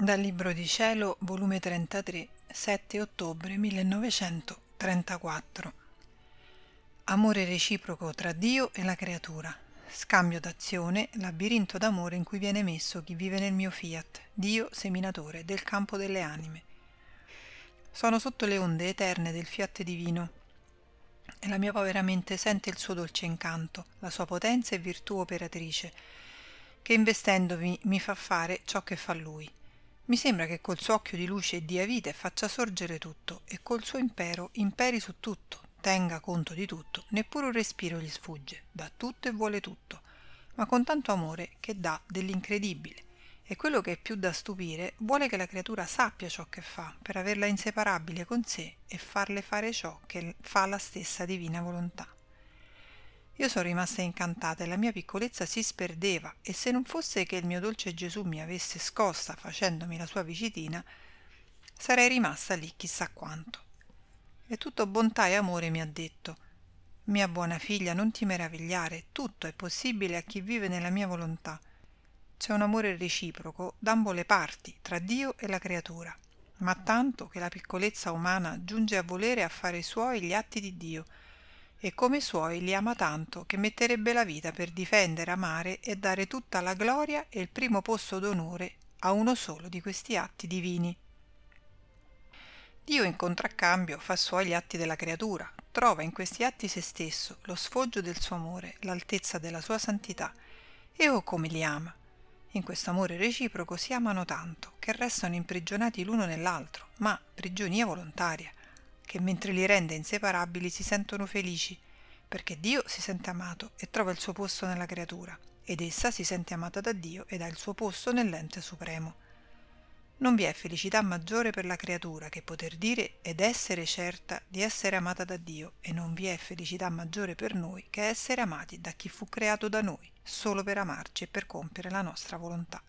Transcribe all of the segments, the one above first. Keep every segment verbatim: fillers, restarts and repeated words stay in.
Dal Libro di Cielo, volume trentatré, sette ottobre millenovecentotrentaquattro. Amore reciproco tra Dio e la creatura. Scambio d'azione, labirinto d'amore in cui viene messo chi vive nel mio fiat, Dio seminatore del campo delle anime. Sono sotto le onde eterne del fiat divino e la mia povera mente sente il suo dolce incanto, la sua potenza e virtù operatrice, che investendomi mi fa fare ciò che fa Lui. Mi sembra che col suo occhio di luce dia vita e faccia sorgere tutto, e col suo impero imperi su tutto, tenga conto di tutto, neppure un respiro gli sfugge, dà tutto e vuole tutto, ma con tanto amore che dà dell'incredibile. E quello che è più da stupire, vuole che la creatura sappia ciò che fa, per averla inseparabile con sé e farle fare ciò che fa la stessa divina volontà. Io sono rimasta incantata e la mia piccolezza si sperdeva, e se non fosse che il mio dolce Gesù mi avesse scossa facendomi la sua visitina, sarei rimasta lì chissà quanto. E tutto bontà e amore mi ha detto: mia buona figlia, non ti meravigliare, tutto è possibile a chi vive nella mia volontà. C'è un amore reciproco d'ambo le parti, tra Dio e la creatura, ma tanto che la piccolezza umana giunge a volere a fare suoi gli atti di Dio, e come suoi li ama tanto che metterebbe la vita per difendere, amare e dare tutta la gloria e il primo posto d'onore a uno solo di questi atti divini. Dio in contraccambio fa suoi gli atti della creatura, trova in questi atti se stesso, lo sfoggio del suo amore, l'altezza della sua santità, e oh come li ama! In questo amore reciproco si amano tanto che restano imprigionati l'uno nell'altro, ma prigionia volontaria, che mentre li rende inseparabili si sentono felici, perché Dio si sente amato e trova il suo posto nella creatura, ed essa si sente amata da Dio ed ha il suo posto nell'ente supremo. Non vi è felicità maggiore per la creatura che poter dire ed essere certa di essere amata da Dio, e non vi è felicità maggiore per noi che essere amati da chi fu creato da noi, solo per amarci e per compiere la nostra volontà.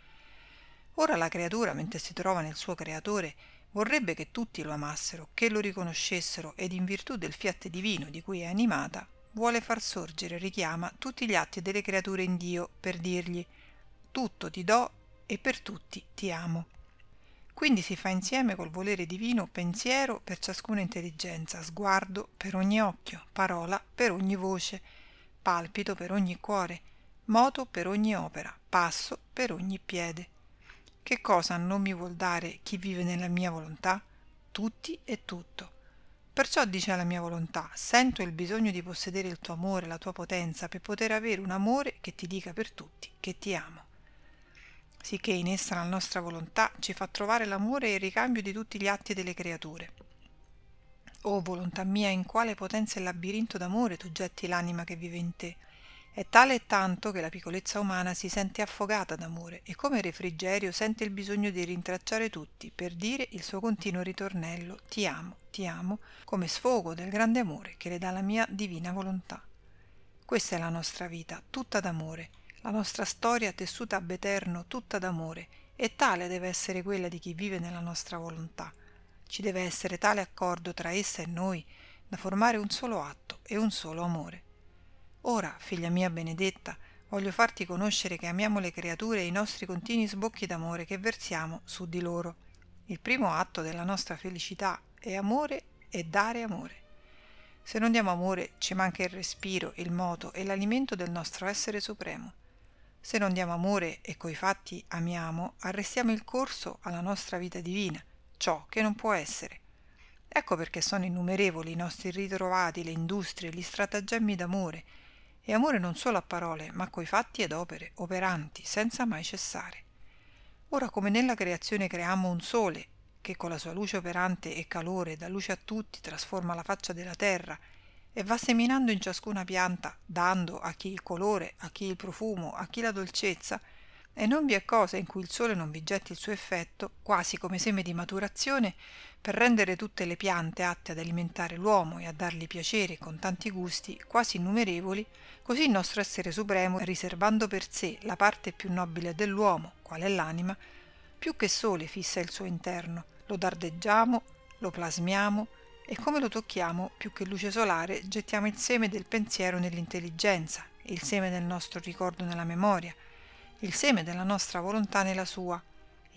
Ora la creatura, mentre si trova nel suo creatore, vorrebbe che tutti lo amassero, che lo riconoscessero, ed in virtù del fiat divino di cui è animata, vuole far sorgere e richiama tutti gli atti delle creature in Dio per dirgli: tutto ti do e per tutti ti amo. Quindi si fa insieme col volere divino pensiero per ciascuna intelligenza, sguardo per ogni occhio, parola per ogni voce, palpito per ogni cuore, moto per ogni opera, passo per ogni piede. Che cosa non mi vuol dare chi vive nella mia volontà? Tutti e tutto. Perciò dice alla mia volontà: sento il bisogno di possedere il tuo amore, la tua potenza, per poter avere un amore che ti dica per tutti che ti amo. Sicché in essa la nostra volontà ci fa trovare l'amore e il ricambio di tutti gli atti delle creature. O volontà mia, in quale potenza e labirinto d'amore tu getti l'anima che vive in te! È tale e tanto che la piccolezza umana si sente affogata d'amore e come refrigerio sente il bisogno di rintracciare tutti per dire il suo continuo ritornello: ti amo, ti amo, come sfogo del grande amore che le dà la mia divina volontà. Questa è la nostra vita, tutta d'amore, la nostra storia tessuta ab eterno, tutta d'amore, e tale deve essere quella di chi vive nella nostra volontà. Ci deve essere tale accordo tra essa e noi da formare un solo atto e un solo amore. Ora, figlia mia benedetta, voglio farti conoscere che amiamo le creature e i nostri continui sbocchi d'amore che versiamo su di loro. Il primo atto della nostra felicità è amore e dare amore. Se non diamo amore ci manca il respiro, il moto e l'alimento del nostro essere supremo. Se non diamo amore e coi fatti amiamo, arrestiamo il corso alla nostra vita divina, ciò che non può essere. Ecco perché sono innumerevoli i nostri ritrovati, le industrie, gli stratagemmi d'amore, e amore non solo a parole, ma coi fatti ed opere, operanti, senza mai cessare. Ora, come nella creazione creiamo un sole, che con la sua luce operante e calore dà luce a tutti, trasforma la faccia della terra, e va seminando in ciascuna pianta, dando a chi il colore, a chi il profumo, a chi la dolcezza, e non vi è cosa in cui il sole non vi getti il suo effetto, quasi come seme di maturazione, per rendere tutte le piante atte ad alimentare l'uomo e a dargli piacere con tanti gusti, quasi innumerevoli, così il nostro essere supremo, riservando per sé la parte più nobile dell'uomo, qual è l'anima, più che sole fissa il suo interno, lo dardeggiamo, lo plasmiamo, e come lo tocchiamo, più che luce solare, gettiamo il seme del pensiero nell'intelligenza, il seme del nostro ricordo nella memoria, il seme della nostra volontà nella sua,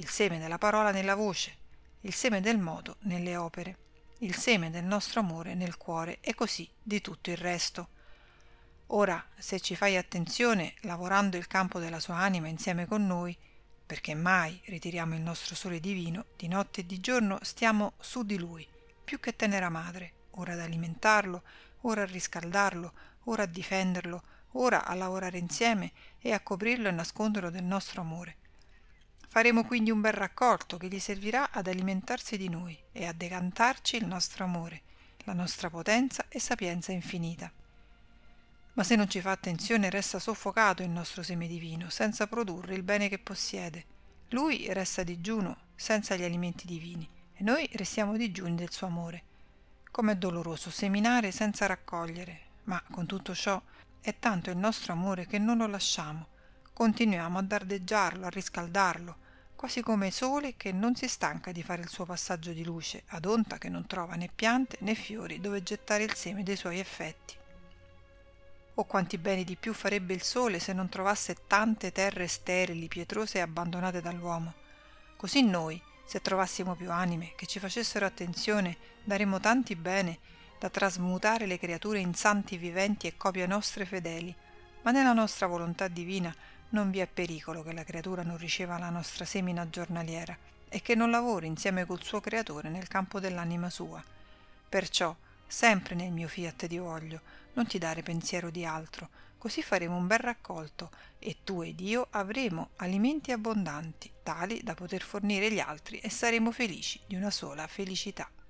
il seme della parola nella voce, il seme del modo nelle opere, il seme del nostro amore nel cuore e così di tutto il resto. Ora, se ci fai attenzione, lavorando il campo della sua anima insieme con noi, perché mai ritiriamo il nostro sole divino, di notte e di giorno stiamo su di lui, più che tenera madre, ora ad alimentarlo, ora a riscaldarlo, ora a difenderlo, ora a lavorare insieme e a coprirlo e nasconderlo del nostro amore. Faremo quindi un bel raccolto che gli servirà ad alimentarsi di noi e a decantarci il nostro amore, la nostra potenza e sapienza infinita. Ma se non ci fa attenzione resta soffocato il nostro seme divino, senza produrre il bene che possiede. Lui resta digiuno, senza gli alimenti divini, e noi restiamo digiuni del suo amore. Com'è doloroso seminare senza raccogliere, ma con tutto ciò è tanto il nostro amore che non lo lasciamo. Continuiamo a dardeggiarlo, a riscaldarlo, quasi come sole che non si stanca di fare il suo passaggio di luce, ad onta che non trova né piante né fiori dove gettare il seme dei suoi effetti. O quanti beni di più farebbe il sole se non trovasse tante terre sterili, pietrose e abbandonate dall'uomo. Così noi, se trovassimo più anime che ci facessero attenzione, daremmo tanti bene da trasmutare le creature in santi viventi e copie nostre fedeli, ma nella nostra volontà divina non vi è pericolo che la creatura non riceva la nostra semina giornaliera e che non lavori insieme col suo creatore nel campo dell'anima sua. Perciò, sempre nel mio fiat ti voglio, non ti dare pensiero di altro, così faremo un bel raccolto e tu ed io avremo alimenti abbondanti, tali da poter fornire gli altri e saremo felici di una sola felicità.